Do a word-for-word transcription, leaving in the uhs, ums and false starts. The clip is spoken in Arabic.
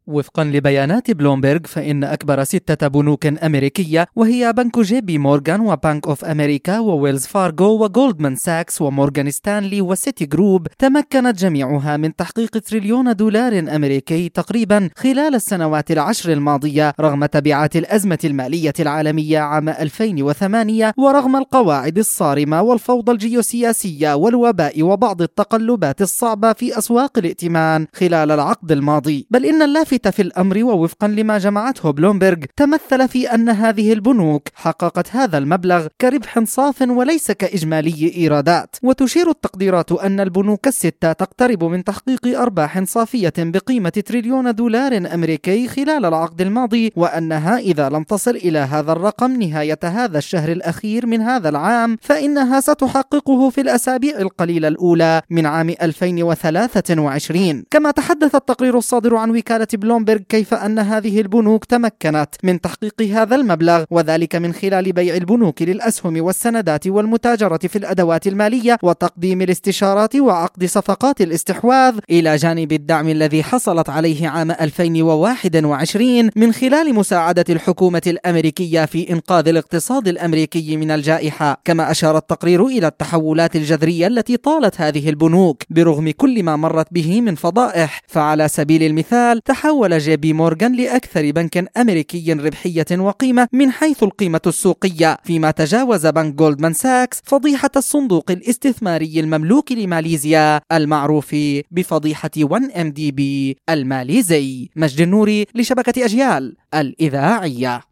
وفقا لبيانات بلومبرغ فإن أكبر ستة بنوك أمريكية وهي بنك جي بي مورغان وبنك أوف أمريكا وويلز فارغو وجولدمان ساكس ومورغان ستانلي وسيتي جروب تمكنت جميعها من تحقيق تريليون دولار أمريكي تقريبا خلال السنوات العشر الماضية رغم تبعات الأزمة المالية العالمية عام ألفين وثمانية ورغم القواعد الصارمة والفوضى الجيوسياسية والوباء وبعض التقلبات الصعبة في أسواق الائتمان خلال العقد الماضي. بل إن اللافت في الأمر ووفقا لما جمعته بلومبرغ تمثل في أن هذه البنوك حققت هذا المبلغ كربح صاف وليس كإجمالي إيرادات. وتشير التقديرات أن البنوك الستة تقترب من تحقيق أرباح صافية بقيمة تريليون دولار أمريكي خلال العقد الماضي، وأنها إذا لم تصل إلى هذا الرقم نهاية هذا الشهر الأخير من هذا العام فإنها ستحققه في الأسابيع القليلة الأولى من عام ألفين وثلاثة وعشرين. كما تحدث التقرير الصادر عن وكالة بلومبرغ كيف أن هذه البنوك تمكنت من تحقيق هذا المبلغ، وذلك من خلال بيع البنوك للأسهم والسندات والمتاجرة في الأدوات المالية وتقديم الاستشارات وعقد صفقات الاستحواذ، إلى جانب الدعم الذي حصلت عليه عام ألفين وواحد وعشرين من خلال مساعدة الحكومة الأمريكية في إنقاذ الاقتصاد الأمريكي من الجائحة. كما أشار التقرير إلى التحولات الجذرية التي طالت هذه البنوك برغم كل ما مرت به من فضائح. فعلى سبيل المثال تحول جي بي مورغان لأكثر بنك أمريكي ربحية وقيمة من حيث القيمة السوقية، فيما تجاوز بنك جولدمان ساكس فضيحة الصندوق الاستثماري المملوك لماليزيا المعروف بفضيحة ون إم دي بي الماليزي. مجد النوري لشبكة أجيال الإذاعية.